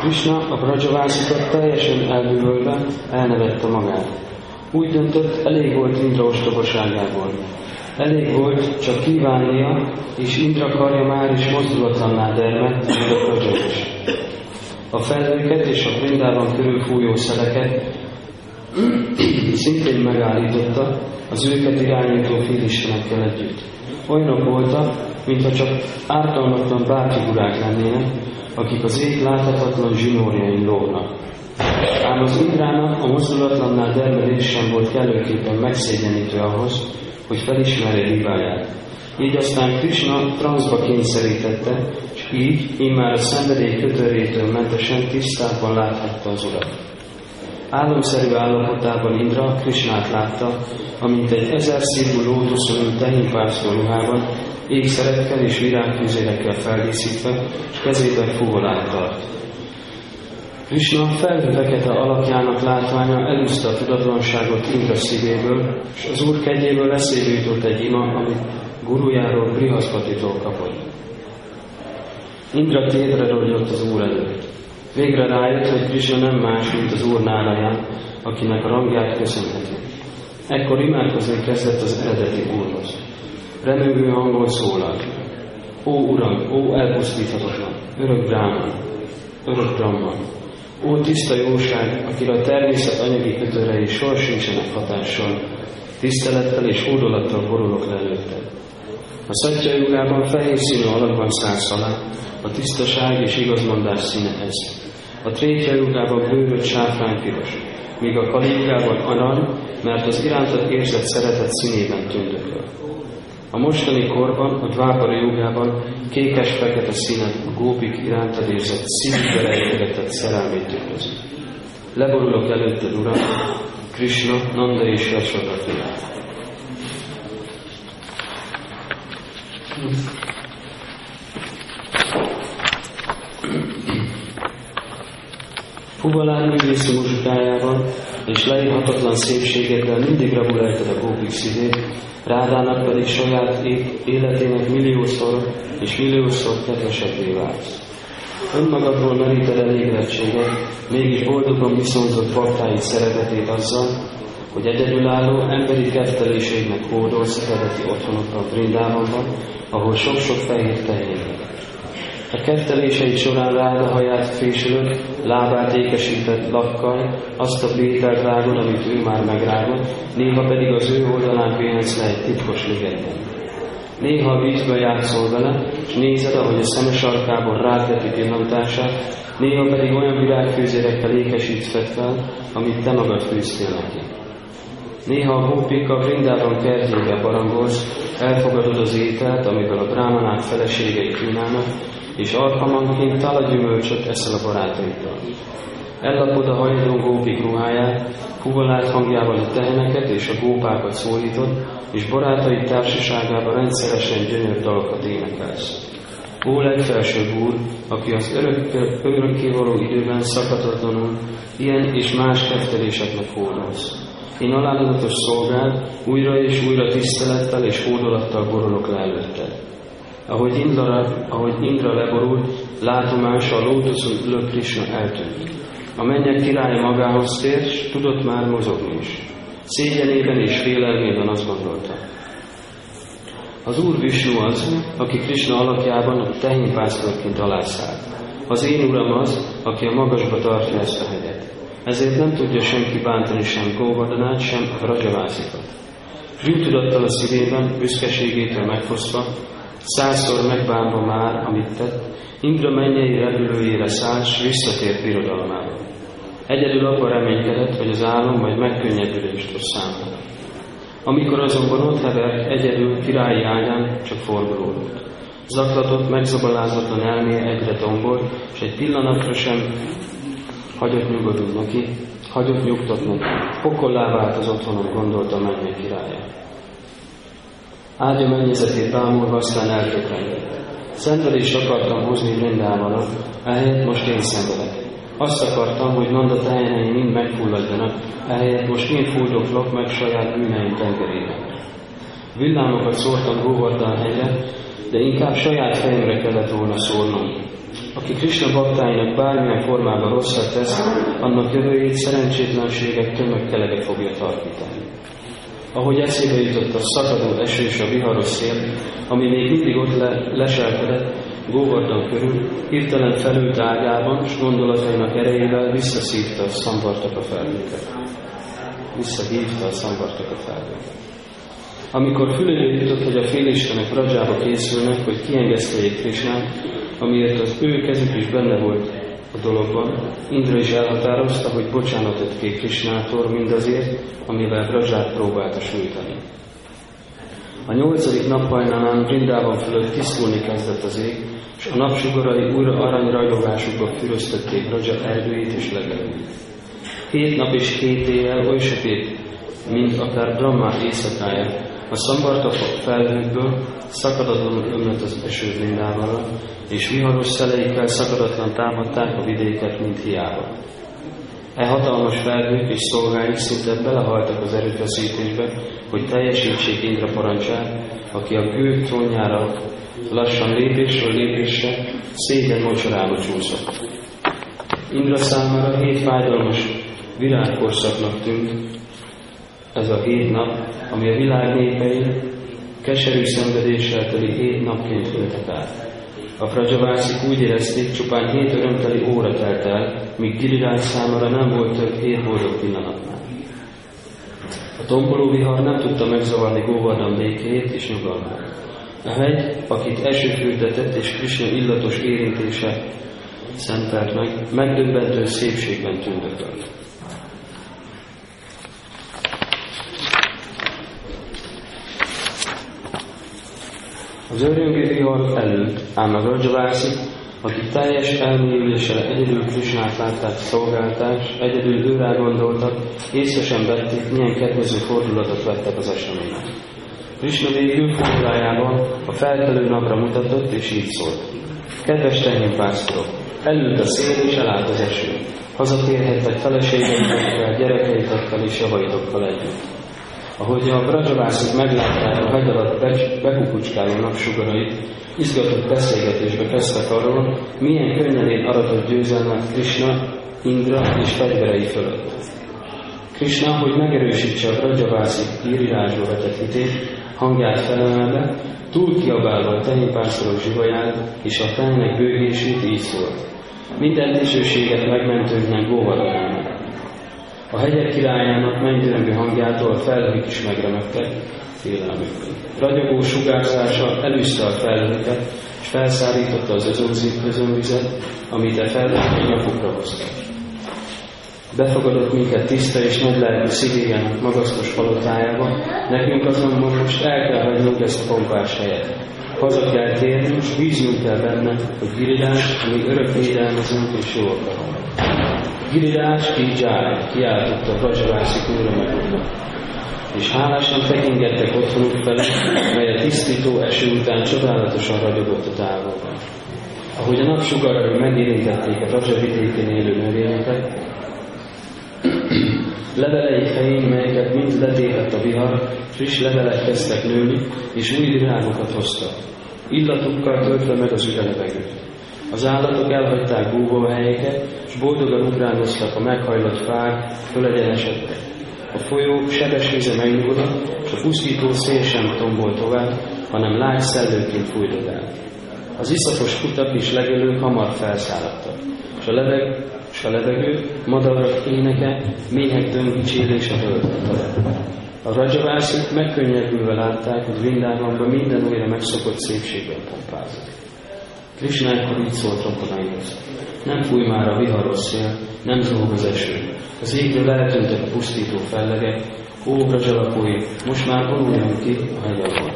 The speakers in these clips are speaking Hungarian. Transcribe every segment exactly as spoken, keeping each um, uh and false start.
Krishna a Brajavászikat teljesen elbűvölve elnevette magát. Úgy döntött, elég volt Indra ostobaságából. Elég volt csak kívánnia, és Indra karja már is mozdulatlanná dermedt, mint a Brajavás. A felhőket és a Vrindában körül fújó szeleket szintén megállította az őket irányító félistenekkel együtt. Olyanok voltak, mintha csak ártalmatlan bárfigurák lennének, akik az ég láthatatlan zsinórjain lógnak. Ám az Indrának a mozdulatlanná dermedés sem volt kellőképpen megszégyenítő ahhoz, hogy felismerje hibáját. Így aztán Krishna transzba kényszerítette, és így immár a szenvedély kötörétől mentesen tisztában láthatta az Urat. Álomszerű állapotában Indra Krishnát látta, amint egy ezer szívú lótuszon ült tehénpásztor ruhában, ékszerekkel és virágfűzérekkel feldíszítve, és kezében fuvolát tart. Krishna felhő fekete alakjának látványa elűzte a tudatlanságot Indra szívéből, és az Úr kegyéből eszébe jutott egy ima, amit gurujáról Brihaspatitól kapott. Indra térdre rogyott az Úr előtt. Végre rájött, hogy Krishna nem más, mint az Úr Náraján, akinek a rangját köszönheti. Ekkor imádkozni kezdett az eredeti Úrhoz. Remegő hangon szólalt: Ó Uram, ó elpusztíthatatlan, örök Brahman, örök Brahman, ó tiszta jóság, akire a természet anyagi kötőrei soha sincsenek hatással, tisztelettel és hódolattal borulok le előtted. A Szatya Jugában fehér színű alakban szállsz alá, a tisztaság és igazmondás színe ez. A Trétya Jugában bőröd sáfránypiros, míg a Kali Jugában arany, mert az irántad érzett szeretet színében tündököl. A mostani korban, a Dvápara Jugában kékes-fekete színek a gópik irántad érzett szívükbe rejtegetett szerelmét tükrözi. Leborulok előtted, Uram, Krishna, Nanda és Yashoda fia. Fuvalán művészi muzsikájával és leírhatatlan szépségeddel mindig rabuláltad a gópik szívét, Rádának pedig saját életének milliószor és milliószor kedvesebbé válsz. Önmagadról meríted elégedettséget, mégis boldogan viszonzott baktáid szeretetét azzal, hogy egyedülálló emberi ketteléségnek hódolsz eredeti otthonokra Vrindávonban, ahol sok-sok fehér tehén. A ketteléseid során Ráda haját fésülök, lábát ékesített lakkal, azt a bételt rágod, amit ő már megrágott, néha pedig az ő oldalán pihensz le egy titkos ligetben. Néha a vízbe játszol vele, és nézed, ahogy a szemes arkából ráteti pillantását, néha pedig olyan virágfűzérekkel ékesítsz fel, amit te magad fűztél neki. Néha a gópik a Vrindában kertjébe barangolsz, elfogadod az ételt, amivel a brámanák feleségei kínálnak, és alkalmanként talagygyümölcsöt eszel a barátaiddal. Ellapod a hajadon gópik ruháját, fuvolált hangjával a teheneket és a gópákat szólítod, és barátaid társaságában rendszeresen gyönyör dalokat énekelsz. Ó legfelsőbb Úr, aki az örökkévaló időben szakadatlanul ilyen és más ketteléseknek hódolsz. Én alázatos szolgád, újra és újra tisztelettel és hódolattal borulok le előtted. Ahogy Indra, ahogy Indra leborult, látomása a lótuszon ülő Krishna eltűnt. A mennyek királya magához tért, s tudott már mozogni is. Szégyenében és félelmében azt gondolta: az Úr Visnu az, aki Krishna alakjában a tehénpásztorként alászállt. Az én Uram az, aki a magasba tartja ezt a hegyet. Ezért nem tudja senki bántani sem Góvadanát, sem Brajavászikat. Bűntudattal a szívében, büszkeségétől megfosztva, százszor megbánva már, amit tett, Indra mennyei repülőjére szállt, s visszatért birodalmába. Egyedül abban reménykedett, hogy az álom majd megkönnyebbülést hoz számára. Amikor azonban ott hevert egyedül királyi ágyán, csak fordulódott. Zaklatott, megzabalázatlan elméje egyre tombol, és egy pillanatra sem hagyott nyugodni neki, hagyott nyugtatni neki. Pokollá vált az otthonom, gondolta mennyei királya. Ágya mennyezetét bámulva, aztán eltökrendett. Szenvedést akartam hozni Vrindávonra, ehelyett most én szenvedek. Azt akartam, hogy Nanda tehenei mind megfulladjanak, ehelyett most én fuldoklok meg saját bűneim tengerében. Villámokat szórtam Góvardhan hegyre, de inkább saját fejemre kellett volna szórnom. Aki Krisna baktáinak bármilyen formában rosszat tesz, annak jövőjét szerencsétlenségek tömegkelege fogja tartítani. Ahogy eszébe jutott a szakadó eső és a viharos szél, ami még mindig ott le, leselkedett Govardhan körül, hirtelen felült ágában, s gondolatainak erejével visszaszívta a Szamvartaka felhőket. Visszahívta a Szamvartaka felhőket. Amikor fülére jutott, hogy a félistenek Vrajába készülnek, hogy kiengeszteljék Krisnát, amiért az ő kezük is benne volt a dologban, Indra is elhatározta, hogy bocsánatot kér Krisnától mindazért, amivel Vraját próbálta sújtani. A nyolcadik naphajnalán Vrindában fölött tisztulni kezdett az ég, és a napsugarai újra aranyragyogásukba füröztötték Vraja erdőjét és legelőit. Hét nap és hét éjjel oly sötét, mint akár Brahma éjszakája, a Szamvartaka felhőkből szakadatlanul ömlött az eső Vrindávanra, és viharos szeleikkel szakadatlan támadták a vidéket, mint hiába. E hatalmas felhők és szolgáik szinte belehaltak az erőfeszítésbe, hogy teljesítsék Indra parancsát, aki a kő trónjára lassan lépésről lépésre szégyen mocsarába csúszott. Indra számára hét fájdalmas virágkorszaknak tűnt ez a hét nap, ami a világ népei keserű szenvedéssel teli hét napként éltek át. A Vrajavászik úgy érezték, csupán hét örömteli óra telt el, míg Giriraj számára nem volt több hét boldog pillanatnál. A tomboló vihar nem tudta megzavarni Govardhan békéjét és nyugalmát. A hegy, akit esőfürdetett és Krisna illatos érintése szentelt meg, megdöbbentő szépségben tündökölt. Az örjöngő vihar elült, ám a Vrajavászik, akik teljes elmélyüléssel egyedül Krisnát látták, szolgálták, egyedül őrá gondoltak, észre sem vették, milyen kedvező fordulatot vettek az események. Krisna végül fordulájában a felkelő napra mutatott, és így szólt. Kedves tehénpásztorok, elült a szél, és elállt az eső. Hazatérhettek feleségeitekkel, gyerekeitekkel és javaitokkal együtt. Ahogy a Vrajavászik meglátták a hegy alatt bekukucskáló napsugarait, izgatott beszélgetésbe kezdtek arról, milyen könnyedén aratott győzelmet Krisna, Indra és fegyverei fölött. Krisna, hogy megerősítse a Vrajavászik Girirajról vetett hitét, hangját felemelve, túl kiabálva a tehénpásztorok zsivaját és a fejnek bőgését így szólt. Minden dicsőséget megmentőnknek Govardhannak. A hegyek királyának mennydöröngő hangjától a felhők is megremegtek félelmükben. Ragyogó sugárzása elűzte a felhőket, és felszállította az özönzít özönvizet, amit a felhők nyakukra hoztak. Befogadott minket tiszta és nagylelkű szigélyának magasztos palotájába, nekünk azonban most el kell hagynunk ezt a pompás helyet. Haza kell térni, és bíznunk kell benne, hogy Giriraj, ami örök védelmezünk és jó akarom. Giriraj ki Jai, kiáltotta Vrajavászik újra meg újra. És hálásan tekingettek otthonuk felé, mely a tisztító eső után csodálatosan ragyogott a távolban. Ahogy a napsugarai megérintették a Vraja vidékén élő növényeket, leveleik helyén, melyeket mind letépett a vihar, friss levelek kezdtek nőni, és új virágokat hoztak. Illatukkal töltve meg az üde levegőt. Az állatok elhagyták búvóhelyeket, és boldogan ugráloztak a meghajlott fák, fölegyenesedtek. A folyó sebes víze megnyugodott, és a pusztító szél sem tombol tovább, hanem lágy szellőként fújdott el. Az iszapos kutak és legelők hamar felszálltak, és a, leveg, és a levegő, madarak éneke, méhek döngicsélése töltött. A Vrajavászik megkönnyebbülve látták, hogy Vrindávanban minden újra megszokott szépségben pompázik. Krisna ekkor így szólt rokonaihoz. Nem fúj már a viharos szél, nem zúg az eső. Az égről eltűntek a pusztító fellegek, ó Vraja lakói, most már vonuljunk ki a hegy alól.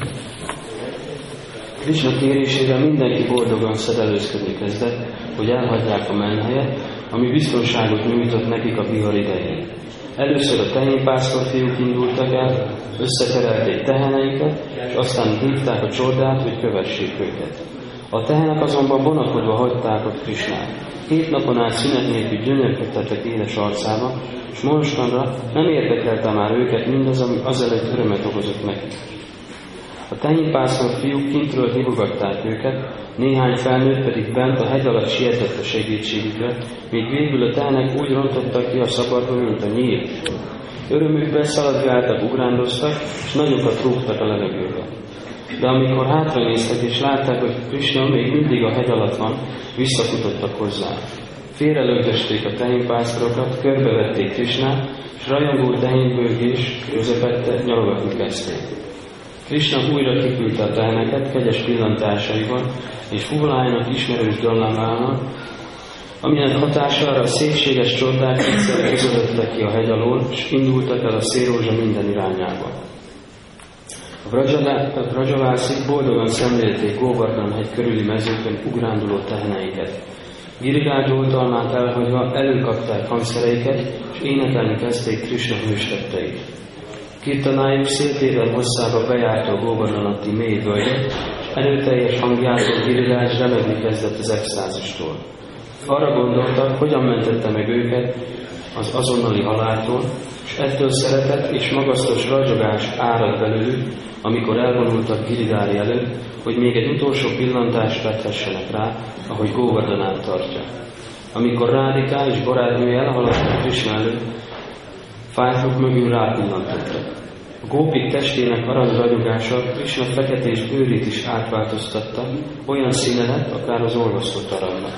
Krisna kérésére mindenki boldogan szedelőzködni kezdett, hogy elhagyják a menhelyet, ami biztonságot nyújtott nekik a vihar idején. Először a tehénpásztor fiúk indultak el, összeterelték teheneiket, és aztán hívták a csordát, hogy kövessék őket. A tehenek azonban vonakodva hagyták ott Krisnát. Hét napon át szünet nélkül gyönyörködtettek éles arcába, és mostanra nem érdekelte már őket mindaz, ami azelőtt örömet okozott nekik. A tehénpásztor fiúk kintről hívogatták őket, néhány felnőtt pedig bent a hegy alatt sietett a segítségükre, míg végül a tehenek úgy rontottak ki a szabadba, mint a nyíl. Örömükben szaladgáltak, ugrándoztak, és nagyokat rúgtak a levegőbe. De amikor hátranéztek és látták, hogy Krisna még mindig a hegy alatt van, visszafutottak hozzá. Félrelögdösték a tehénpásztorokat, körbevették Krisnát, és rajongó tehénbőgés közepette nyalogatni kezdték. Krisna újra kiküldte a teheneket kegyes pillantásaival, és fuvolájának ismerős dallamával, aminek hatására a szépséges csordák egyszerre közöttek ki a hegy alól, és indultak el a szélrózsa minden irányába. A vrajavászik boldogan szemlélték Govardhan hegy körüli mezőkön ugránduló teheneiket. Giriráj oltalmát elhagyva előkapták hangszereiket, és énekelni kezdték Krisna hőstetteit. Kirtanájuk széltével hosszába bejárta a Govardhanati mély völgyet, és erőteljes hangjától Giriráj remegni kezdett az extázistól. Arra gondoltak, hogyan mentette meg őket az azonnali haláltól, és ettől szeretet és magasztos ragyogás árad belőlük, amikor elvonultak Giriráj előtt, hogy még egy utolsó pillantást vethessenek rá, ahogy Govardhanát tartja. Amikor Rádiká és barátnője elhaladtak Krisna előtt, fájtuk mögül rápillantottak. A gópik testének arany ragyogása Krisna feketés bőrét is átváltoztatta, olyan színe lett, akár az olvasztott aranynak.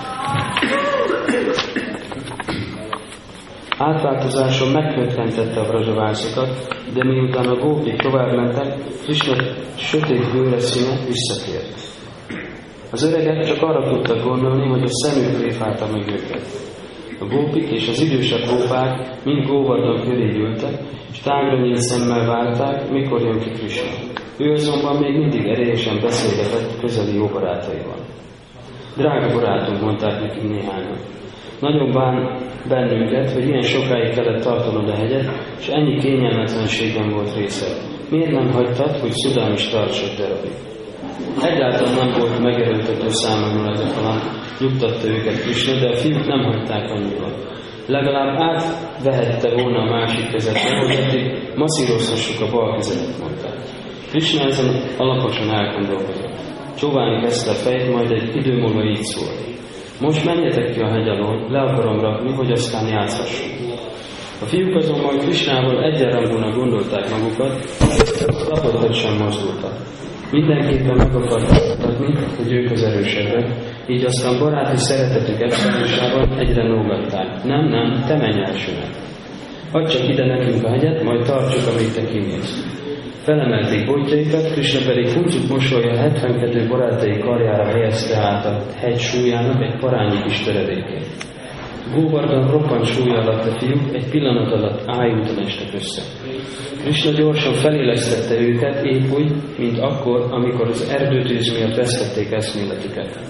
Átváltozáson meghökkentette a vrajavászikat, de miután a gópik tovább mentek, Krisna sötét bőre színe visszatért. Az öregek csak arra tudtak gondolni, hogy a szemük réfálta meg őket. A gópik és az idősebb gópák mind Govardhan köré gyűltek, és tágra nyílt szemmel várták, mikor jön ki Krisna. Ő azonban még mindig erélyesen beszélgetett közeli jó barátaival. Drága barátunk, mondták nekik néhányan. Nagyon bán bennünket, hogy ilyen sokáig kellett tartanod a hegyet, és ennyi kényelmetlenségben volt részed. Miért nem hagytad, hogy Szudám is tarts egy darabig? Egyáltalán nem volt megerőltető számomra ez a kaland, nyugtatta őket Krisna, de a fiúk nem hagyták annyiban. Legalább átvehette volna a másik kezetre, hogy eddig masszírozhassuk a bal kezetet, mondták. Krisna ezen alaposan elgondolkozott. Csóválni kezdte a fejét, majd egy idő múlva így szólt. Most menjetek ki a hegy alól, le akarom rakni, hogy aztán játszhassunk. A fiúk azonban Krisnával egyenrangúnak gondolták magukat, lapottat sem mozdultak. Mindenképpen meg akarták mutatni, hogy ők az erősebbek, így aztán baráti szeretetük extázisában egyre nógatták. Nem, nem, te menj elsőnek. Add csak ide nekünk a hegyet, majd tartsuk, amíg te kimész. Felemelték botjaikat, Krisna pedig huncut mosolya hetvenkettő barátai karjára helyezte át a hegy súlyának egy parányi kis töredékét. Govardhan roppant súlya alatt a fiúk egy pillanat alatt ájultan estek össze. Krisna gyorsan felélesztette őket, épp úgy, mint akkor, amikor az erdőtűz miatt vesztették eszméletüket.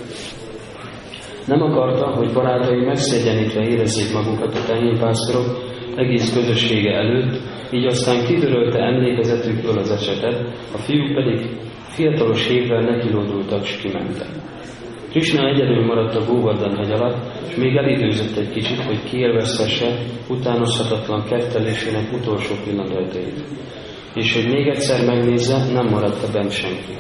Nem akarta, hogy barátai megszegyenítve érezzék magukat a tehénpásztorok egész közössége előtt, így aztán kitörölte emlékezetükből az esetet, a fiúk pedig fiatalos hévvel nekilódultak, s kimentek. Krisna egyedül maradt a Govardhan hegy alatt, és még elidőzött egy kicsit, hogy kiélvezhesse utánozhatatlan kettelésének utolsó pillanatait. És hogy még egyszer megnézze, nem maradt bent senki.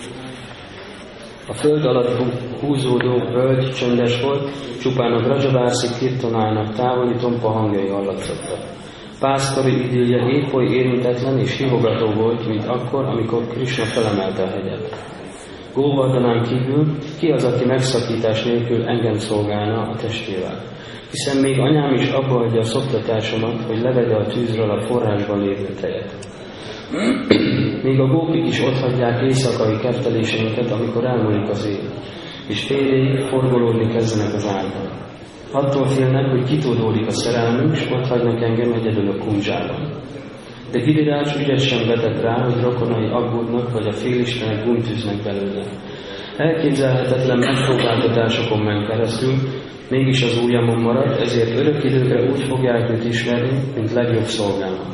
A föld alatt húzódó völgy csöndes volt, csupán a vrajavászik Kirtanájának távoli tompa hangjai hallatszottak. Pásztori idillje épp oly érintetlen és hívogató volt, mint akkor, amikor Krisna felemelte a hegyet. Govardhanán kívül ki az, aki megszakítás nélkül engem szolgálna a testével? Hiszen még anyám is abba adja a szoktatásomat, hogy levegye a tűzről a forrásban lévő tejet. Még a gópik is otthagyják éjszakai ketteléseinket, amikor elmúlik az év, és féléig forgolódni kezdenek az ágban. Attól félnek, hogy kitódódik a szerelmünk, és otthagynak engem egyedül a kundzsában. De Giriráj ügyet sem vetett rá, hogy rokonai aggódnak, vagy a félistenek gúnytűznek belőle. Elképzelhetetlen megpróbáltatásokon ment keresztül, mégis az ujjamon maradt, ezért örök időkre úgy fogják őt ismerni, mint legjobb szolgámat.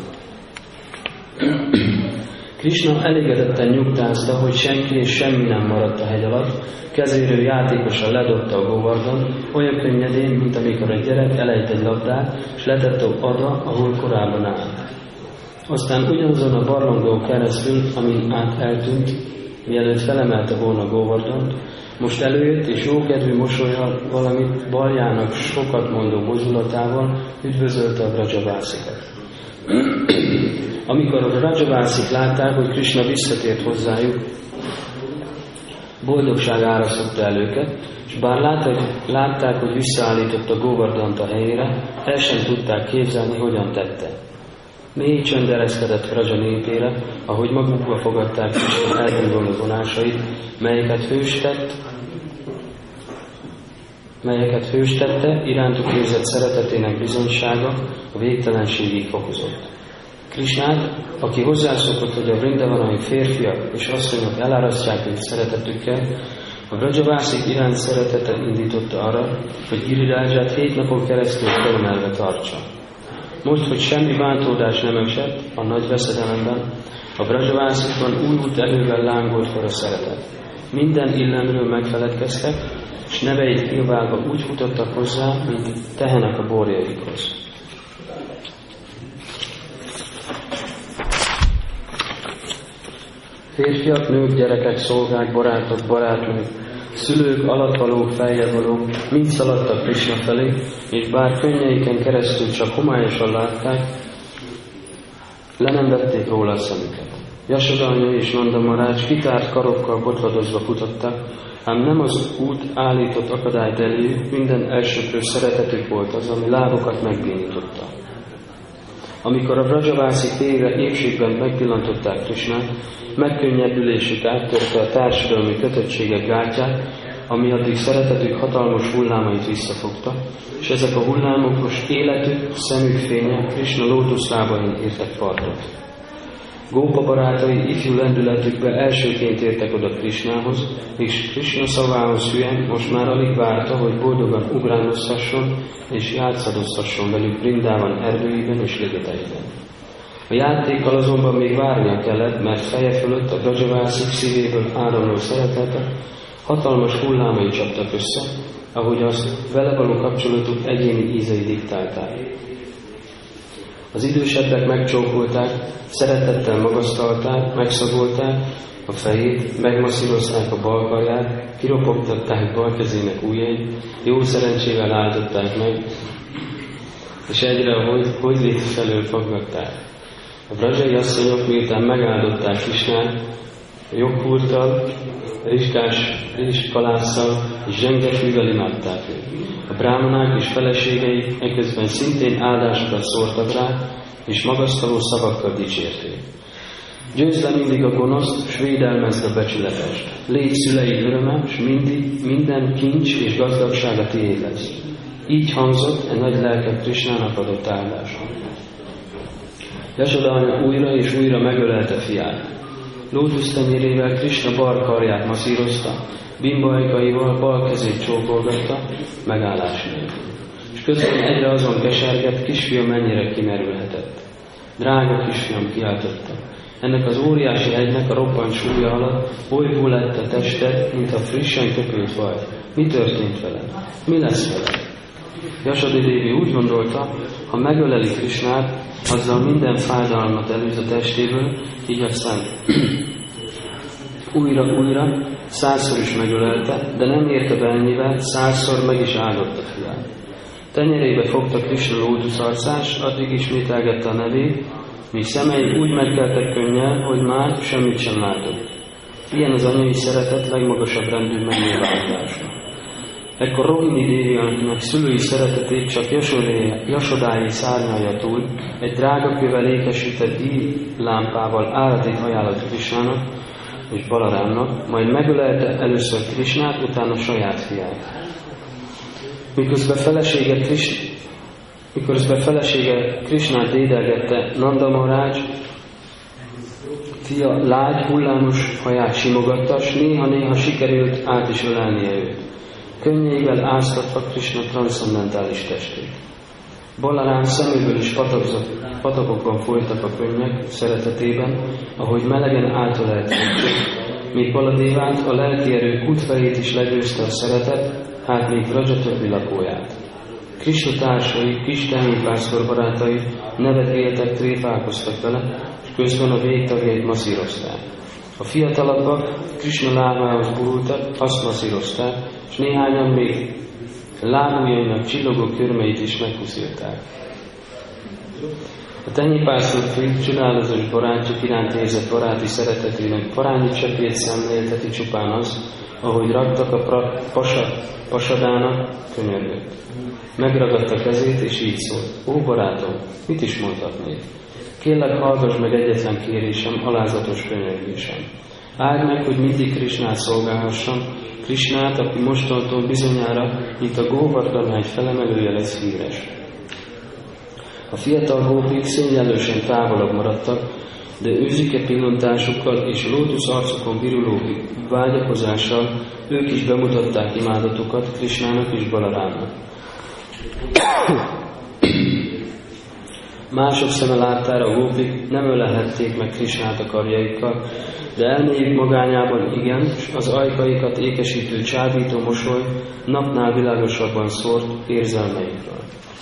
Krisna elégedetten nyugtázta, hogy senki és semmi nem maradt a hegy alatt, kezéről játékosan ledobta a Govardhan, olyan könnyedén, mint amikor egy gyerek elejt egy labdát, és letette oda, ahol korábban állt. Aztán ugyanazon a barlangon keresztül, amin át eltűnt, mielőtt felemelte volna Govardhant, most előjött, és jókedvű mosollyal, valamit baljának sokat mondó mozdulatával üdvözölte a Vrajavászikat. Amikor a Vrajavászik látták, hogy Krishna visszatért hozzájuk, boldogság árasztotta el őket, és bár látták, hogy visszaállította Govardhant a helyére, el sem tudták képzelni, hogyan tette. Mély csönd ereszkedett Vraja népére, ahogy magukba fogadták Krishna elgondoló vonásait, melyeket hőstett, melyeket hőstette, irántuk érzett szeretetének bizonysága a végtelenségig fokozott. Krishnát, aki hozzászokott, hogy a vrindavanai férfiak és asszonyok elárasztják őt szeretetükkel, a Vrajavászik iránt szeretete indította arra, hogy Giriraját hét napon keresztül felemelve tartsa. Most, hogy semmi bántódás nem esett a nagy veszedelemben, a Vrajavászikkon újult erővel lángolt fel a szeretet. Minden illemről megfeledkeztek, és neveit kilválva úgy futottak hozzá, mint tehenek a borjaikhoz. Férfiak, nők, gyerekek, szolgák, barátok, barátnők, szülők, alatvalók, feljebb mind szaladtak Krishna felé, és bár könnyeiken keresztül csak homályosan látták, le nem vették róla a szemüket. Jasoda anya és Nanda Maharaj kitárt karokkal botladozva futottak, ám nem az út állított akadályt eléjük, minden elsöprő szeretetük volt az, ami lábukat megbénította. Amikor a Vrajavászik végre épségben megpillantották Krishnát, megkönnyebbülésük áttörte a társadalmi kötöttségek gátját, ami addig szeretetük hatalmas hullámait visszafogta, és ezek a hullámok most életük, szemük fénye Krishna lótuszlábain értek partot. Gópa barátai ifjú lendületükbe elsőként értek oda Krishnához, és Krishna szavához hülyen most már alig várta, hogy boldogan ugrálozhasson és játszadozhasson velük Vrindában erdőiben és ligeteiben. A játékkal azonban még várnia kellett, mert feje fölött a Vrajavászik szívéből áramló szeretete hatalmas hullámai csaptak össze, ahogy azt vele való kapcsolatuk egyéni ízei diktálták. Az idősebbek megcsókolták, szeretettel magasztalták, megszagolták a fejét, megmasszírozták a bal karját, kiropogtatták bal kezének ujjait, jó szerencsével áldották meg, és egyre a hojléti felől faggatták. A vrajai asszonyok miután megáldották Krisnát, joghurttal, rizskás, rizskalásszal és zsengefűvel imádták őt. A brámanák és feleségei eközben szintén áldásokat szórtak rá, és magasztaló szavakkal dicsérték. Győzd le mindig a gonoszt, s védelmezd a becsületest. Légy szüleid öröme, s mindig minden kincs és gazdagság a tiéd lesz. Így hangzott egy nagy lelked Krisnának adott áldása. Jasoda anya újra és újra megölelte fiát. Lótusztenyérével Krishna bal karját masszírozta, bimbajkaival bal kezét csókolgatta, megállás nélkül. És közben egyre azon kesergett, kisfiam mennyire kimerülhetett. Drága kisfiam, kiáltotta. Ennek az óriási hegynek a roppant súlya alatt olybó lett a tested, mint a frissen köpült vaj. Mi történt veled? Mi lesz veled? Jasodi Dévi úgy gondolta, ha megöleli Krisnát, azzal minden fájdalmat előz a testéből, így aztán újra-újra százszor is megölelte, de nem érte be ennyivel, százszor meg is áldott a fiát. Tenyerébe fogta Krishna lótusz arcás, addig ismételgette a nevét, míg szemei úgy megteltek könnyel, hogy már semmit sem látott. Ilyen az anyai szeretet legmagasabb rendű megnyilvánulása. Ekkor Rohini Dévi, akinek szülői szeretetét csak Jasodái szárnyalja túl, egy drága kővel ékesített díj lámpával áratit ajánlott Krishnának és Balarámnak, majd megölelte először Krishnát, utána saját fiát. Miközben felesége, Krish... Miközben felesége Krishnát dédelgette, Nanda Maharaj fia lágy, hullámos haját simogatta, s néha-néha sikerült át is ölelnie őt. Könnyeivel áztatva Krishna transzcendentális testét. Balarám szeméből is patakokban folytak a könnyek szeretetében, ahogy melegen átölelt őt, míg Baladévát, a lelki erő kútfejét is legyőzte a szeretet, hát még Vraja többi lakóját. Krisna társai, kis tehénpásztor barátai nevetgéltek, tréfálkoztak vele, és közben a végtagjait masszírozták. A fiatalabbak Krisna lábához borultak, azt masszírozták, és néhányan még lábujjainak csillogó körmeit is megpuszilták. A tehénpásztor fő csodálatos barátjuk iránt érzett baráti szeretetének parányi cseppét szemlélteti csupán az, ahogy raktak a pra, pasa, pasadának, könyörgött. Megragadta kezét, és így szólt: Ó, barátom, mit is mondhatnék? Kérlek, hallgass meg egyetlen kérésem, alázatos könyörgésem. Áld meg, hogy mindig Krisnát szolgálhassam, Krisnát, aki mostantól bizonyára, mint a Góvardhana egy felemelője lesz híres. A fiatal gópik szégyenlősen távolabb maradtak, de őzike pillantásukkal és lótusz arcukon viruló vágyakozással ők is bemutatták imádatukat Krisnának és Balarámnak. Mások szeme láttára a gópik nem ölelhették meg Krisnát a karjaikkal, de elméjük magányában igen, és az ajkaikat ékesítő csábító mosoly napnál világosabban szórt érzelmeikről.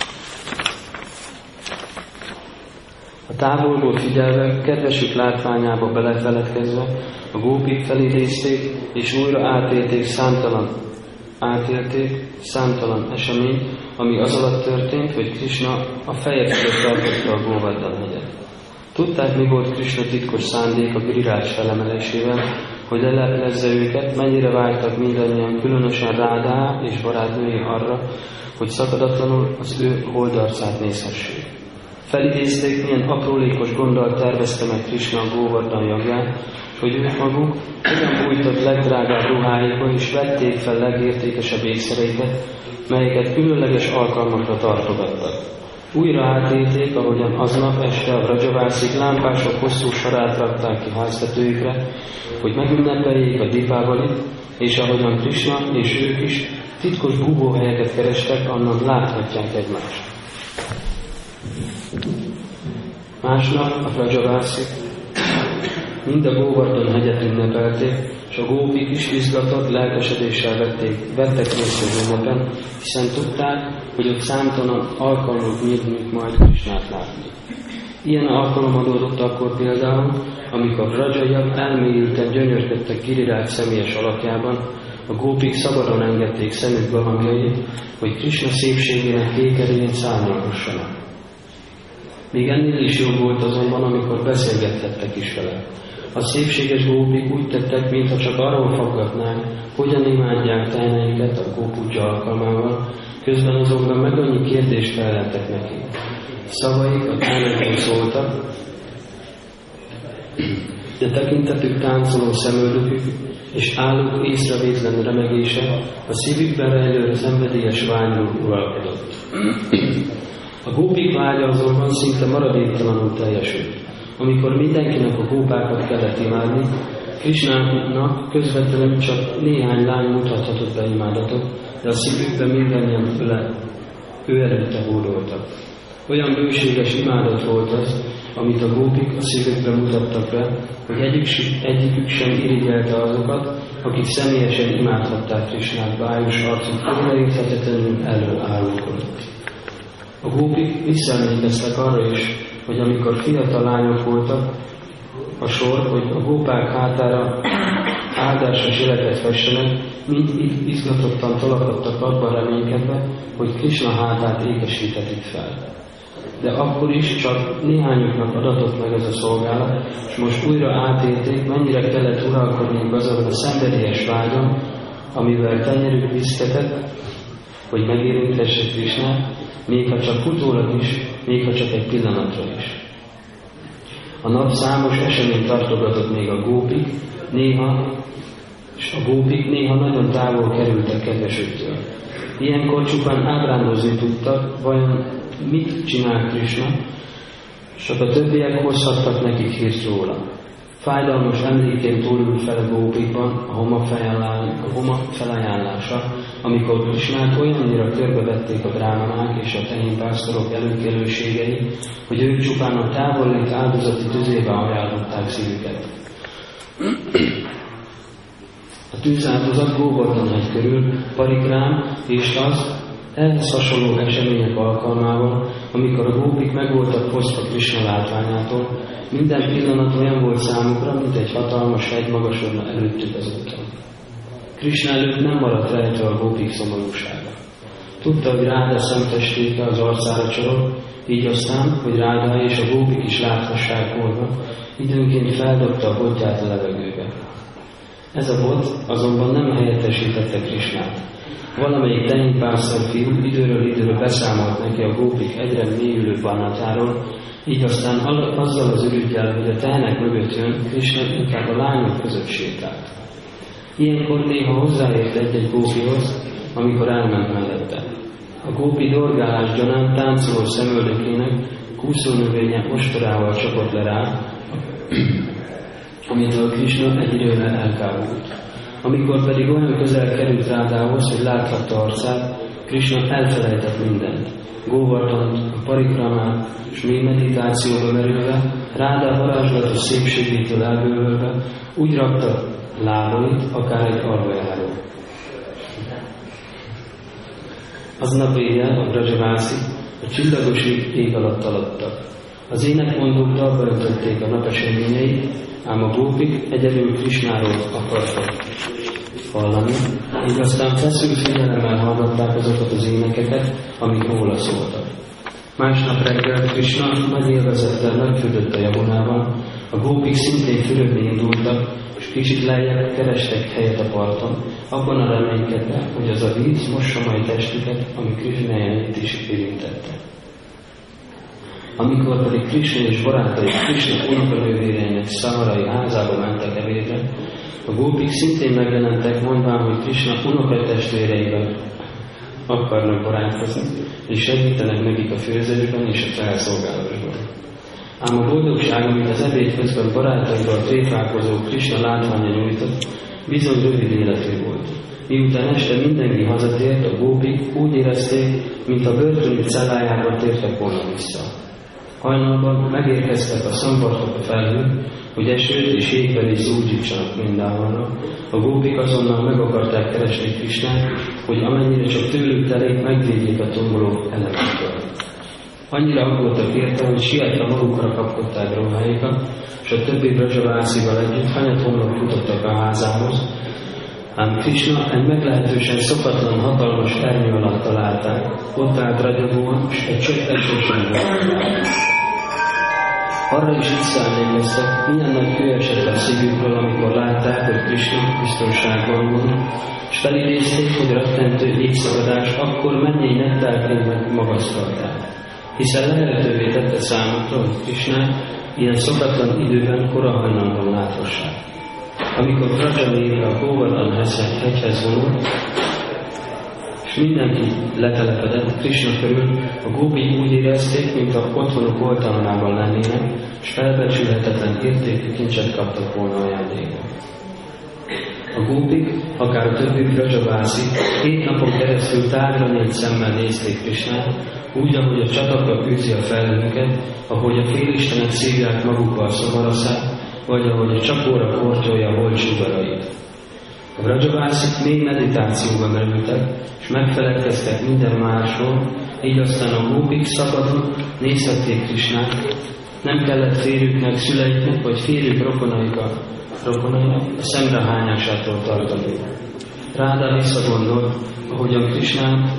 A távolból figyelve, kedvesük látványába belefeledkezve, a gópik felidézték, és újra átélték számtalan, átélték számtalan eseményt, ami az alatt történt, hogy Krisna a feje fölött tartotta a Góvardhana hegyet. Tudták, mi volt Krisna titkos szándék a Giriraj felemelésével, hogy leleplezze őket, mennyire vágytak mindannyian, különösen Rádá és barátnői arra, hogy szakadatlanul az ő holdarcát nézhessék. Felidézték, milyen aprólékos gonddal tervezte meg Krisna a Góvardhana jagját, és hogy ők maguk hogyan bújtott legdrágább ruháikba, és vették fel legértékesebb ékszereiket, melyeket különleges alkalmakra tartogattak. Újra átélték, ahogyan aznap este a Vrajavászik lámpások hosszú sorát rakták ki háztetőjükre, hogy megünnepeljék a Dipávalit, és ahogyan Krisna és ők is titkos búvóhelyeket kerestek, annak láthatják egymást. Másnap a Vrajavászik mind a Góvardhana hegyet ünnepelték, és a gópik is izgatott lelkesedéssel vették, vettek részt az ünnepen, hiszen tudták, hogy ott számtalan alkalmuk nyílik majd Krisnát látni. Ilyen alkalom adódott akkor például, amikor Vrajaiak elmélyülten gyönyörködtek Giriraj személyes alakjában, a gópik szabadon engedték szemük galambjait, hogy Krisna szépségének kékerén szárnyalhassanak. Még ennél is jobb volt azonban, amikor beszélgethettek is vele. A szépséges gópik úgy tettek, mintha csak arról faggatnák, hogyan imádják teheneiket a gópudzsa alkalmával, közben azonban meg annyi kérdést feleltek neki. Szavaik a tehenekről szóltak, de tekintetük, táncoló szemöldökük és állók észrevétlen remegése a szívükben rejlő szenvedélyes vágyról uralkodott. A gópik vágya azonban szinte maradéktalanul teljesült. Amikor mindenkinek a gópákat kellett imádni, Krisnának közvetlenül csak néhány lány mutathatott be imádatot, de a szívükben mindannyian öle, ő előtte hódoltak. Olyan bőséges imádat volt az, amit a gópik a szívükben mutattak be, hogy egyik, egyikük sem irigyelte azokat, akik személyesen imádhatták Krisnát bájos arcuk félreérthetetlenül előállókodott. A gópik visszaemlékeztek arra is, hogy amikor fiatal lányok voltak, a sor, hogy a gópák hátára áldásos életet fessenek, mind izgatottan tolakodtak abban reménykedve, hogy Krisna hátát ékesítetik fel. De akkor is csak néhányuknak adatott meg ez a szolgálat, és most újra átélték, mennyire kellett uralkodniuk azon a szenvedélyes vágyon, amivel tenyerük viszketett, hogy megérintessék Krisnát, még ha csak futólag is, még ha csak egy pillanatra is. A nap számos eseményt tartogatott még a gópik, néha, és a gópik néha nagyon távol kerültek kedvesüktől. Ilyenkor csupán ábrándozni tudtak, vajon mit csinál Krisna, csak a többiek hozhattak nekik hírt róla. Fájdalmas emlékén túlült fel a gópikban a homa felajánlása, amikor Krisnát olyannyira körbevették a bráhmanák és a tehénpásztorok előkelőségei, hogy ők csupán a távollék áldozati tüzébe ajánlották szívüket. A tűzáldozat Góvardhana hegy körül, Parikrám és az, Ehhez hasonló események alkalmával, amikor a gópik meg voltak fosztva Krisna látványától, minden pillanat olyan volt számukra, mint egy hatalmas hegy magasodna előttük az úton. Krisna előtt nem maradt rejtve a gópik szomorúsága. Tudta, hogy Ráda szemtestéke az arcára csorog, így aztán, hogy Ráda és a gópik is láthassák volna, időnként feldobta a botját a levegőbe. Ez a bot azonban nem helyettesítette Krisnát. Valamelyik tehénpásztor fiú időről időről beszámolt neki a gópik egyre mélyülő bánatáról, így aztán azzal az ürüggyel, hogy a tehenek mögött jön, Krisna inkább a lányok között sétált. Ilyenkor néha hozzáért egy-egy gópihoz, amikor elment mellette. A gópi dorgálás gyanán táncoló szemöldökének kúszónövénye ostorával csapott le rá, amitől Krisna egy időre elkábult. Amikor pedig olyan közel került Rádához, hogy láthatta arcát, Krisna elfelejtett mindent. Góvardhant, a parikramát, és mély meditációba merülve, Ráda varázslatos szépségétől elbővölve, úgy rakta lábait, akár egy arvajáró. Aznap éjjel a Brajavászik a csillagos ég alatt alattak. Az énekmondók dalba öntötték a nap eseményeit, ám a gópik egyedül Krisnáról akartak hallani, így aztán feszült figyelemmel hallgatták azokat az énekeket, amik róla szóltak. Másnap reggel Krisna nagy élvezettel megfürödött a Jamunában, a gópik szintén fürödni indultak, és kicsit lejjebb kerestek helyet a parton, abban a reménykedve, hogy az a víz mossa majd testüket, ami Krisnáját is érintette. Amikor pedig Krisna és barátai Krisna unokanővéreinek Szamarai házába mentek ebédre, a gópik szintén megjelentek, mondván, hogy Krisna unokatestvéreivel akarnak barátkozni, és segítenek nekik a főzésben és a felszolgálásban. Ám a boldogság, amit az ebéd közben barátaival tréfálkozó Krisna látványa nyújtott, bizony rövid életű volt. Miután este mindenki hazatért, a gópik úgy érezték, mint a börtöni cellájába tértek volna vissza. Hajnalban megérkeztek a szambartok a felhők, hogy esőt és jégbeli zúdítsanak mindenhol. A gópik azonnal meg akarták keresni Krisnát, hogy amennyire csak tőlük telik, megvédjék a tombolók elemektől. Annyira aggódtak érte, hogy sietve magukra kapkodták ruháikat, és a többi Brajavászival együtt hanyatomnak futottak a házához, ám Krisna egy meglehetősen szokatlan, hatalmas ernyő alatt találták, ott állt ragyogóan, és egy csöpp eső sem volt. Arra is visszaemlékeztek, milyen nagy kő esett a szívükről, amikor látták, hogy Krisna biztonságban van, és felidézték, hogy rettentő égszakadás akkor mennyei nektárként megmagasztalták, hiszen lehetővé tette számukra, hogy Krisnát ilyen szokatlan időben korahajnalban láthassák. Amikor Brajaméra a Govardhan hegyhez vonult, és mindenki letelepedett Krisna körül, a gópik úgy érezték, mint a otthonuk oltalmában lennének, és felbecsülhetetlen értékű kincset kaptak volna ajándékba. A gópik, akár a többi Brajavászik, két napon keresztül tágra négy szemmel nézték Krisnát, úgy, ahogy a csataka űzi a felhőket, ahogy a félistenek szívják magukba a szomaraszát, vagy ahogy a csapóra kortyolja a holt sugarait. A Brajavászik mély meditációba merültek, és megfeledkeztek minden másról, így aztán a gópik szabadon nézhették Krisnát, nem kellett férjüknek, szüleiknek, vagy férjük rokonaikat, rokonainak a szemrehányásától tartani. Ráda visszagondolt, ahogyan Krisnát,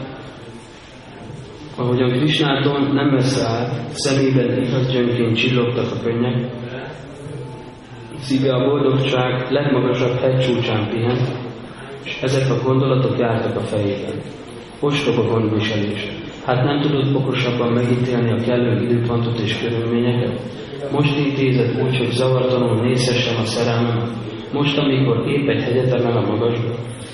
ahogyan Krisnától nem messze állt, szemében igaz gyöngyként csillogtak a könnyek, szíve a boldogság legmagasabb hegycsúcsán pihent, és ezek a gondolatok jártak a fejében. Ostoba gondviselés. Hát nem tudod okosabban megítélni a kellő időpontot és körülményeket? Most intézed úgy, hogy zavartalanul nézhessem a szerelmem, most, amikor épp egy hegyet emel a magasba.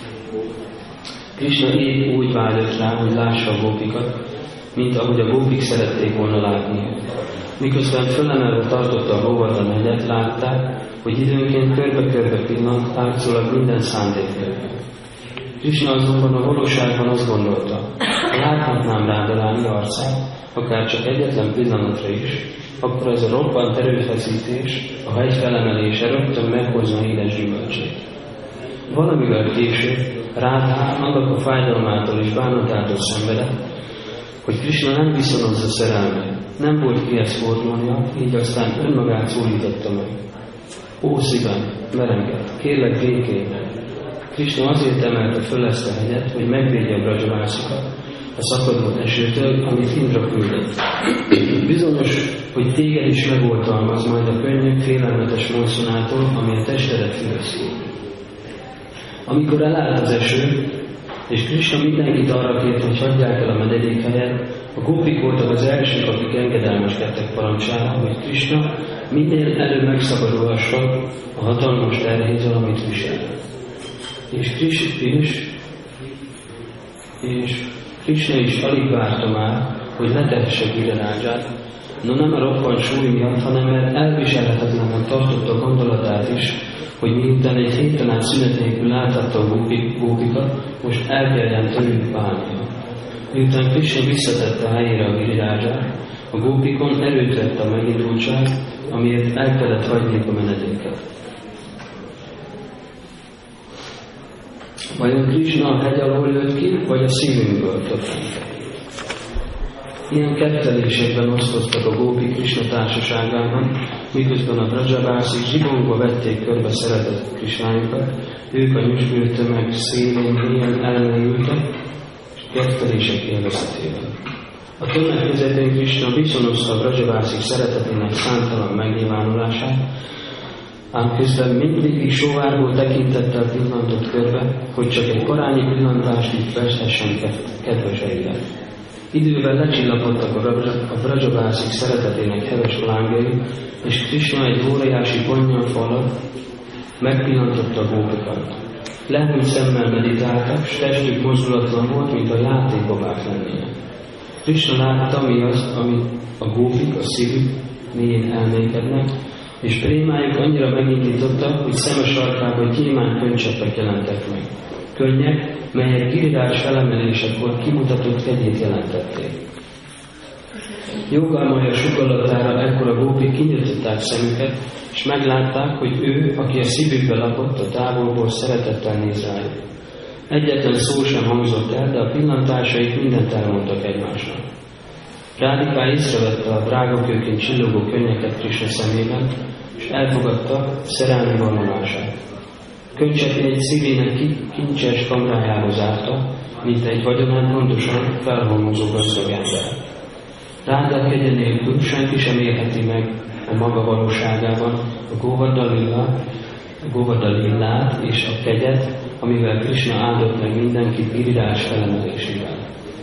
Krisna épp úgy vágyott rá, hogy lássa a gópikat, mint ahogy a gópik szerették volna látni. Miközben fölemelve tartotta a Govardhan hegyet, látták, hogy időnként körbe-körbe pillant, látszólag minden szándékkel. Krisna azonban a valóságban azt gondolta, ha láthatnám Rádarani arcát, akár csak egyetlen pillanatra is, akkor ez a roppant erőfeszítés, a hegy felemelése rögtön meghozna édes gyümölcsét. Valamivel később, Rádhá annak a fájdalmától és bánatától szenvedett, hogy Krisna nem viszonozza szerelme, nem volt kihez fordulnia, így aztán önmagát szólította meg. Ó szívem, merenged, kérlek békében. Krisna azért emelte föl ezt a hegyet, hogy megvédje a Brajavászikat a szakadó esőtől, amit Indra küldött. Bizonyos, hogy téged is megoltalmaz majd a könnyű, félelmetes monszunától, ami a testedet füreszti. Amikor elállt az eső, és Krisna mindenkit arra kért, hogy hagyják el a menedékhelyet, a gópik voltak az elsők, akik engedelmeskedtek parancsára, hogy Krisna minél előbb megszabadulhasson a hatalmas terhézzel, amit visel. És Krisna is, és Krisna is alig várta már, hogy letehesse Girirádzsát, no nem a roppant súly miatt, hanem mert elviselhetetlenül tartotta gondolatát is, hogy miután egy héten át szünet nélkül láthatta a gópikat, most el kelljen tőlük válnia. Miután Krisna visszatette a helyére a Girirádzsát, a gópikon erőt vett a megindultság, amiért el kellett hagyniuk a menedéket. Vajon Krisna a hegy alól jött ki, vagy a szívünkből történt? Ilyen kettelésekben osztoztak a gópik Krisna társaságában, miközben a Brajavászik zsibongva vették körbe szeretett Krisnájukat, ők a nyüzsgő tömeg szélén mélyen elmélyültek, kettelések élvezetében. A tömeg közepén Krisna viszonozta a Brajavászik szeretetének számtalan megnyilvánulását, ám közben mindig is sóvárgó tekintettel pillantott körbe, hogy csak egy parányi pillantást így festhessen kedveseire. Idővel lecsillapodtak a Brajavászik szeretetének heves lángai, és Krisna egy óriási ponnyalfalat megpillantotta a gópikat. Lehűlt szemmel meditáltak, s testük mozdulatlan volt, mint a játékbabák lennének. Krisna látta, mi az, amit a gópik a szívük mélyén elmékednek, és prémájuk annyira megindította, hogy szeme sarkában gyémánt könycseppek jelentek meg. Könnyek, melyek Girirádz felemelésekor kimutatott kegyét jelentették. Jogalmaja sugallatára ekkor a gópik kinyitották szemüket, és meglátták, hogy ő, aki a szívükbe lakott, a távolból szeretettel néz rájuk. Egyetlen szó sem hangzott el, de a pillantásaik mindent elmondtak egymásnak. Rádhika észrevette a drága kőként csillogó könnyeket Krisna szemében, és elfogadta szerelmi vallomását. Könycseppén egy szívének kincses kamrájába zárta, mint egy vagyonát gondosan felhalmozó gazdag ember. Rádha kegye nélkül senki sem érheti meg a maga valóságában a Govardha-lillát és a kegyet, amivel Krisna áldott meg mindenkit Girirádz felemelésével.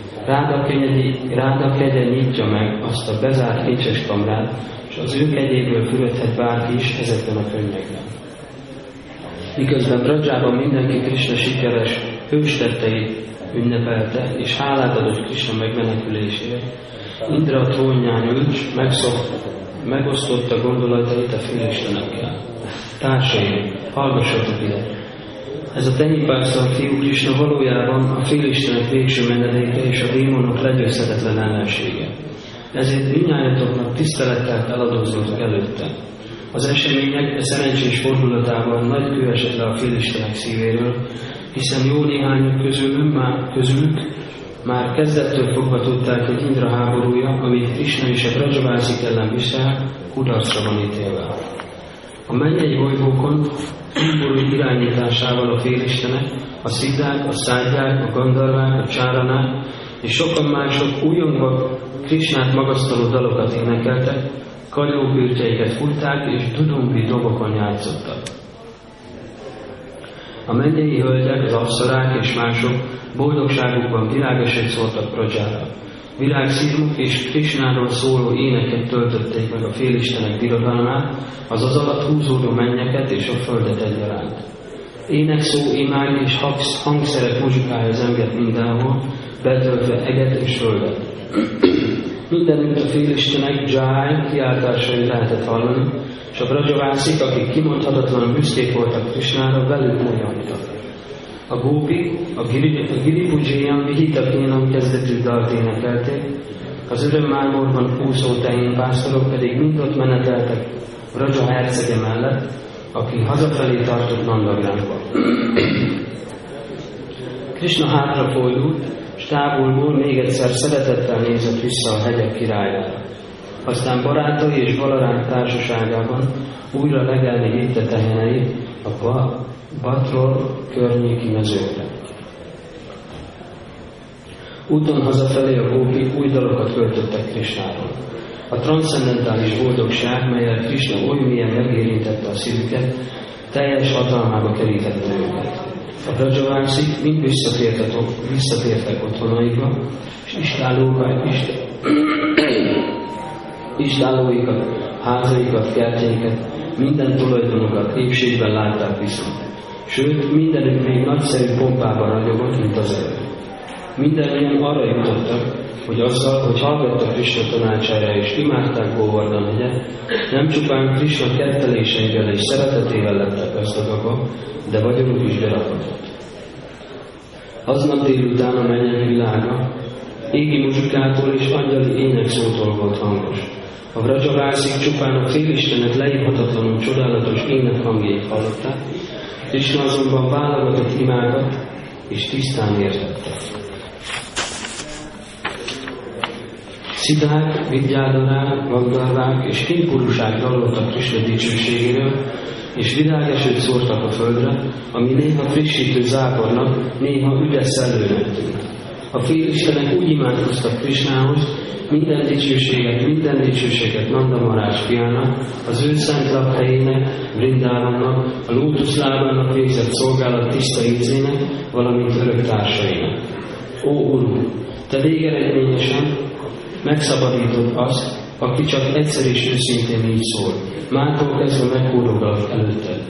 Rádha kegye nyitja meg azt a bezárt kincses kamrát, és az ő kegyéből fürödhet bárki is ezekben a könnyekben. Miközben Brajában mindenki Krisna sikeres hőstetteit ünnepelte, és hálát adott Krisna megmenekülésért, Indra a trónján ült, s megosztotta gondolatait a félistenekkel. Társaim, hallgassatok ide! Ez a tenyipásztal fiú Krisna valójában a félistenek végső menedéke és a démonok legyőzhetetlen ellensége. Ezért mindnyájatoknak tisztelettel eladózzatok előtte. Az események a szerencsés fordulatával nagy kő esett le a félistenek szívéről, hiszen jó néhányok közülük már, közülük már kezdettől fogva tudták, hogy Indra háborúja, amit Krisna és a Brajavászik ellen visel, kudarcra van ítélve. A mennyei bolygókon háború irányításával a félistenek, a sziddák, a szádják, a gandharvák, a csáranák és sokan mások újongva Krisnát magasztaló dalokat énekeltek, kagyóbürtjeiket fújták és dudumbi dobokon játszottak. A mennyei hölgyek, az apszarák és mások boldogságukban virágosat szóltak Prajára. Virágszirmuk és Krisnáról szóló éneket töltötték meg a félistenek birodalmát, az az alatt húzódó mennyeket és a földet egyaránt. Énekszó, imány és hangszerek muzsikája zengett mindenhol, betöltve eget és földet. Mindenütt a félistenek Jai kiáltásai lehetett hallani, és a Brajavászik, akik kimondhatatlanul büszkék voltak Krisnára, velük újjongtak. A gópik a Giripujjéján Vihitakénam kezdetű dalt énekelték, az örömmármorban úszó tehénpásztorok pedig mind ott meneteltek Braja hercege mellett, aki hazafelé tartott Nandagránba. Krisna hátrafordult, és távolból még egyszer szeretettel nézett vissza a hegyek királyára. Aztán barátai és Balarám társaságában újra legelni vitte teheneit a Batror környéki mezőkre. Úton hazafelé a gópik új dalokat költöttek Krisnáról. A transzcendentális boldogság, melyel Krisna oly mélyen megérintette a szívüket, teljes hatalmába kerítette őket. A Brajavászik mind visszatértek, visszatértek otthonaikba, és istállóikat, házaikat, kertjeiket, minden tulajdonokat épségben látták vissza. Sőt, mindenük még nagyszerű pompában ragyogott, mint az előbb. Mindennyian arra jutottak, hogy azzal, hogy hallgattak Krisna tanácsára és imádták Govardhan hegyet, nem csupán Krisna ketteléseivel és szeretetével lettek gazdagok, de vagyonuk is berakodott. Aznap délután a mennyek világa égi muzsikától és angyali énekszótól volt hangos. A Vrajavászik csupán a félistenek leírhatatlanul csodálatos énekhangjait hallották, Krisna azonban válogatott imákat és tisztán értette. Szidák, Vigyádharák, Gandharvák és Kimpurusák daloltak Krisna dicsőségéről, és virágesőt szórtak a földre, ami néha frissítő zápornak, néha üdes szellőnek tűnt. A félistenek úgy imádkoztak Krisnához, minden dicsőséget, minden dicsőséget Nanda Maharaj fiának, az ő szent lakhelyének, Vrindávannak, a lótuszlábának végzett szolgálat tiszta ízének, valamint örök társainak. Ó Uru, te végeredményesen megszabadítod azt, aki csak egyszer és őszintén így szól. Mától kezdve meghódogal előtted.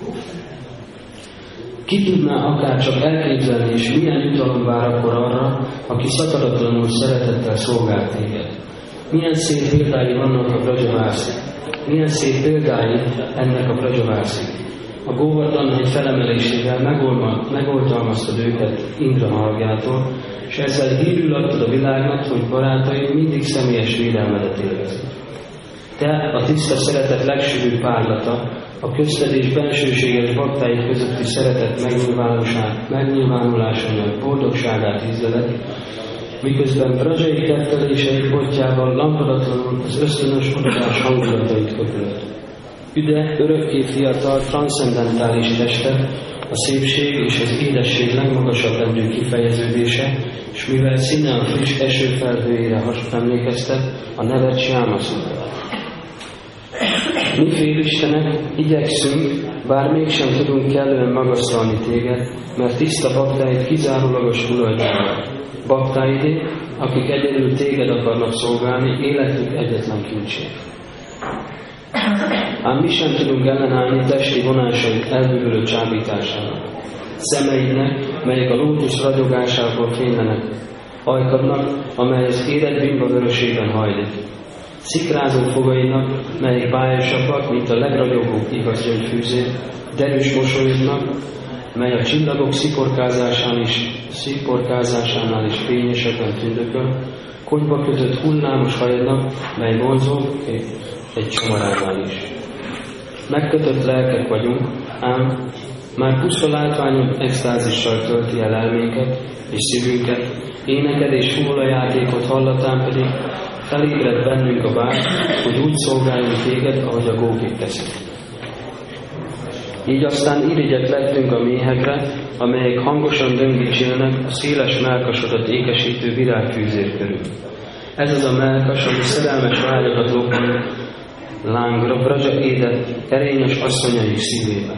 Ki tudná akár csak elképzelni, és milyen jutalom vár akkor arra, aki szakadatlanul szeretettel szolgál téged. Milyen szép példái vannak a Vrajavászik. Milyen szép példái ennek a Vrajavászik. A Govardhan hegy felemelésével megoltalmaztad őket Indra haragától, és ezzel hírül adtad a világnak, hogy barátaid mindig személyes védelmedet élvezik. Te a tiszta szeretet legsűrűbb párlata, a közted és bensőséges baktáid közötti szeretet megnyilvánulásának boldogságát ízleled, miközben Vrajai ketteléseid botjával lampodatlanul az ösztönös odadás hangulatait köpülöd. Üde, örökké fiatal, transzcendentális tested, a szépség és az édesség legmagasabb rendű kifejeződése, és mivel színe a friss esőfelhőjére emlékeztet, a nevet Sjámaszundara. Mi félistenek igyekszünk, bár mégsem tudunk kellően magasztalni téged, mert tiszta baktáid kizárólagos tulajdonok. Baktáidé, akik egyedül téged akarnak szolgálni, életük egyetlen kincsét. Ám mi sem tudunk ellenállni testi vonásaid elbűvölő csábításának. Szemeidnek, melyek a lótusz ragyogásából fénylenek, ajkadnak, amely az életbimba vörösében hajlik. Szikrázó fogainak, melyek bájosabbak, mint a legragyogóbb igaz gyöngyfűzér, derűs mosolyodnak, mely a csillagok sziporkázásán is, sziporkázásánál is fényesebben tündököl, konyba kötött hullámos hajadnak, mely vonzó egy csomaránál is. Megkötött lelkek vagyunk, ám már puszta látványod extázissal tölti el elménket és szívünket, éneked és fúvolajátékot hallatán pedig felébred bennünk a vágy, hogy úgy szolgáljunk téged, ahogy a gópik teszik. Így aztán irigyek lettünk a méhekre, amelyek hangosan döngítsélnek a széles mellkasodat ékesítő virágfűzér körül. Ez az a mellkas, ami szerelmes vágyakat lobban lángra Vraja édett, erényes asszonyaik szívében.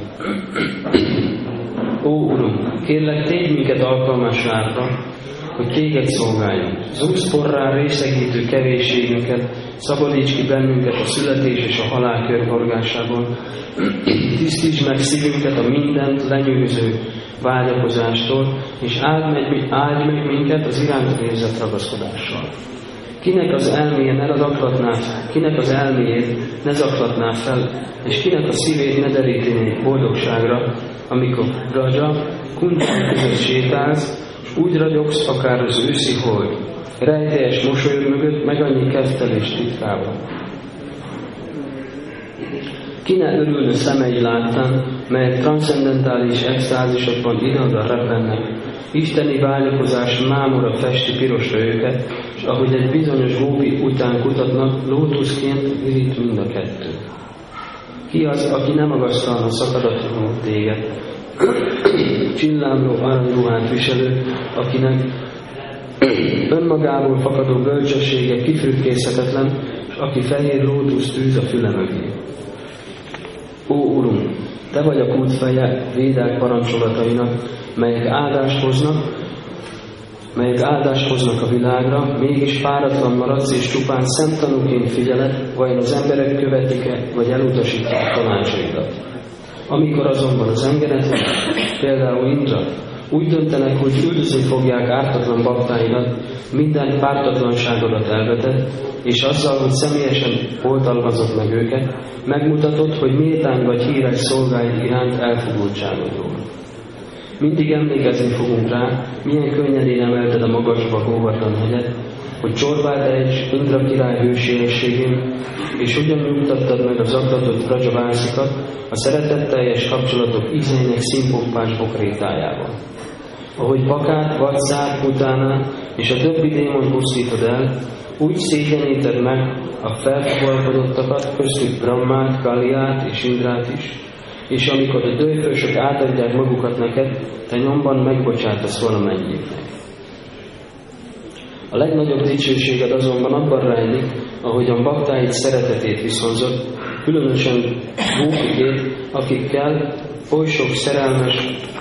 Ó Urunk, kérlek, tégy minket alkalmas rátra, hogy téged szolgáljunk. Zúgsz porrá részegítő kevésségünket, szabadíts ki bennünket a születés és a halál körforgásából. Tisztíts meg szívünket a mindent lenyűgöző vágyakozástól, és áld meg, áld meg minket az iránt érzett ragaszkodással. Kinek az elméje ne zaklatná, kinek az elméjét ne zaklatná fel, és kinek a szívét ne derítené boldogságra, amikor Vraja, Kundzsán között sétálsz, és úgy ragyogsz akár az őszi hold, rejtélyes mosolyod mögött meg annyi kettelés titkában. Ki ne örülne szemei láttán, melyek transzcendentális extázisokban ide-oda repednek. Isteni vágyakozás mámora festi pirosra őket, és ahogy egy bizonyos gópi után kutatnak, lótuszként virít mind a kettő. Ki az, aki nem magasztalna szakadatlanul téged? Csillámló aranyruhát viselő, akinek önmagából fakadó bölcsessége kifürkészhetetlen, és aki fehér lótuszt tűz a füle mögé. Ó, Urunk, Te vagy a kútfeje védák parancsolatainak, melyek áldást hoznak, melyek áldást hoznak a világra, mégis páratlan maradsz, és csupán szemtanúként figyeled, vajon az emberek követik-e, vagy elutasítják a tanácsaidat. Amikor azonban az engedetlen, például Indra, úgy döntenek, hogy üldözni fogják ártatlan baktáidat, minden pártatlanságodat elvetett, és azzal, hogy személyesen oltalmazod meg őket, megmutatod, hogy méltán vagy híres szolgáid iránt elfogultságodról. Mindig emlékezni fogunk rá, milyen könnyedén emelted a magasba hóvatlan hegyet, hogy csorbát ejts Indra király hőségességén, és ugyan nyugtattad meg az aklatott rajavászikat a szeretetteljes kapcsolatok ízének színpompás bokrétájával. Ahogy Bakát, Vatszát, Utánát és a többi démon pusztítod el, úgy szégyeníted meg a felfogalkodottakat, köztük Brahmát, Kaliát és Indrát is, és amikor a dőfősök átadják magukat neked, te nyomban megbocsátasz valamennyiüknek. A legnagyobb dicsőséged azonban abban rejlik, ahogyan baktáid szeretetét viszonzott, különösen gópikét, akikkel oly sok szerelmes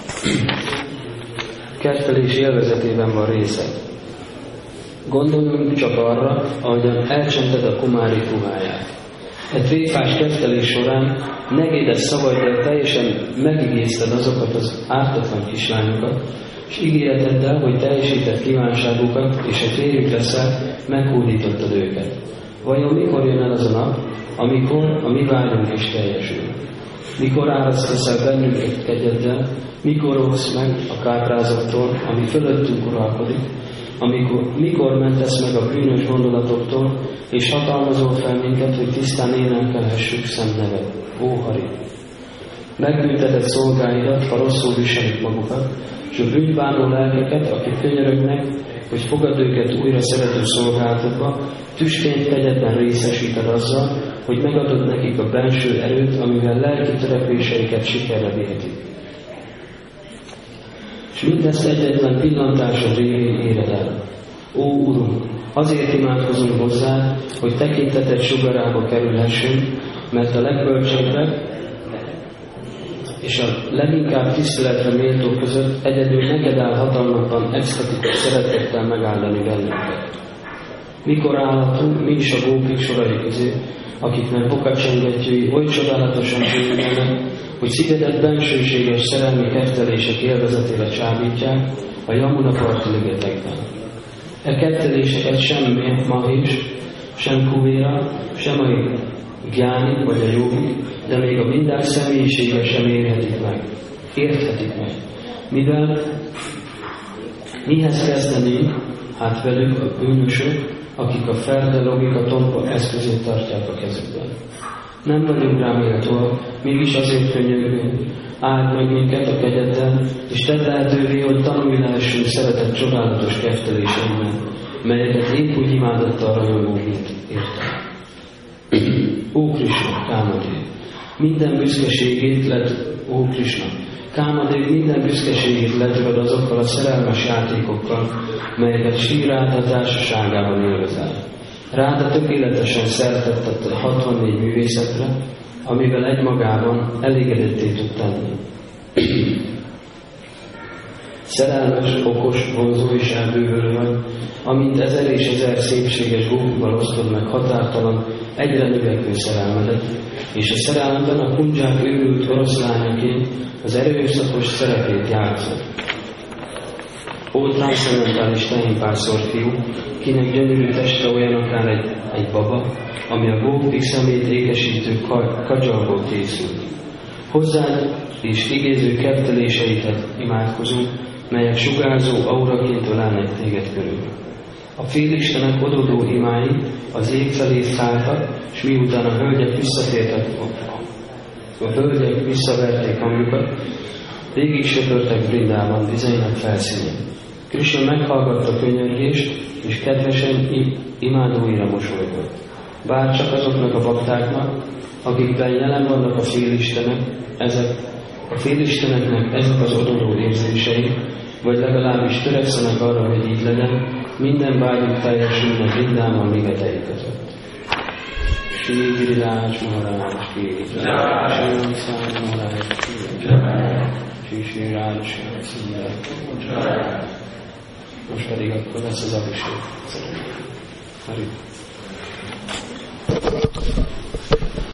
kettelés élvezetében van részed. Gondoljunk csak arra, ahogyan elcsented a kumárik ruháját. Egy tréfás kettelés során negédes szavaiddal teljesen megigézted azokat az ártatlan kislányokat, és ígéreteddel, hogy teljesített kívánságukat, és a férjük leszel, meghódítottad őket. Vajon mikor jön el az a nap, amikor a mi vágyunk is teljesül? Mikor árasztasz el bennünket kegyeddel, mikor óvsz meg a káprázattól, ami fölöttünk uralkodik, amikor, mikor mentesz meg a bűnös gondolatoktól, és hatalmazol fel minket, hogy tisztán énekelhessük szent neved. Ó, Hari! Megbüntetett szolgáidat, ha rosszul viselik magukat, és a bűnbánó lelkeket, akik könyörögnek, hogy fogad őket újra szerető szolgálatodba, tüstént kegyedben részesíted azzal, hogy megadod nekik a benső erőt, amivel lelki törekvéseiket sikerre vihetik. És mindezt egyetlen pillantásod révén éred el. Ó, Urunk, azért imádkozunk hozzá, hogy tekinteted sugarába kerülhessünk, mert a legbölcsebbre és a leginkább tiszteletre méltók között egyedül neked áll hatalmatban extatikus szeretettel megáldani bennünket. Mikor állhatunk mi is a gópik sorai közé, akiknek bokacsengetjői oly csodálatosan tűnnek, hogy szívedet bensőséges szerelmi kettelések élvezetére csábítják a Jamuna parti ligetekben. E ketteléseket sem Mahés, sem Kuvéra, sem a Gyáni vagy a Jógi, de még a minden személyisége sem érhetik meg. Érthetik meg. Mivel mihez kezdenénk, hát velük a bűnösök, akik a ferde logika tompa eszközét tartják a kezükben. Nem vagyunk rá méltóak, mégis azért könyörgünk, áld meg minket a kegyeddel, és tedd lehetővé, hogy tanulni lehessünk szeretett csodálatos kefteléseinkben, melyeket épp úgy imádattal rajongunk, mint értem. Ó Krisna, Kámadév, minden büszkeségét led, ó Krisna, Kámadév minden büszkeségét ledröd azokkal a szerelmes játékokkal, melyeket Sri Ráda társaságában élvezel. Ráda tökéletesen szertett a hatvannégy művészetre, amivel egymagában elégedetté tud tenni. Szerelmes, okos, vonzó és elbűvölő vagy, amint ezer és ezer szépséges gópival osztod meg határtalan, egyre növekvő szerelmedet, és a szerelemben a kundzsák őrült oroszlányaként az erőszakos szerepét játszod. Ó, transzcendentális tehénpászor fiú, kinek gyönyörű teste olyan akár egy, egy baba, ami a gópik szemét ékesítő kadzsalból készült. Hozzád és igéző ketteléseiket imádkozunk, melyek sugárzó auraként ölelnek téged körül. A félistenek ododó imái az ég felé szálltak, és miután a hölgyek visszatértek A hölgyek visszaverték hangjukat, végig söpörtek Vrindában vizeinek felszínén. Krisna meghallgatta könyörgést, és kedvesen imádóira mosolygott. Bár csak azoknak a baktáknak, akikben jelen vannak a félistenek, ezek a félisteneknek ezek az odoló érzései, vagy legalábbis törekszenek arra, hogy így legyen, minden vágyuk teljesülne Vrindában ligetei között. Shri Giriraj Maharaj ki jai, Shri Sri Maharaj ki jai, Shri Shri Raj ki jai. Most pedig akkor lesz az abhiség. Hari.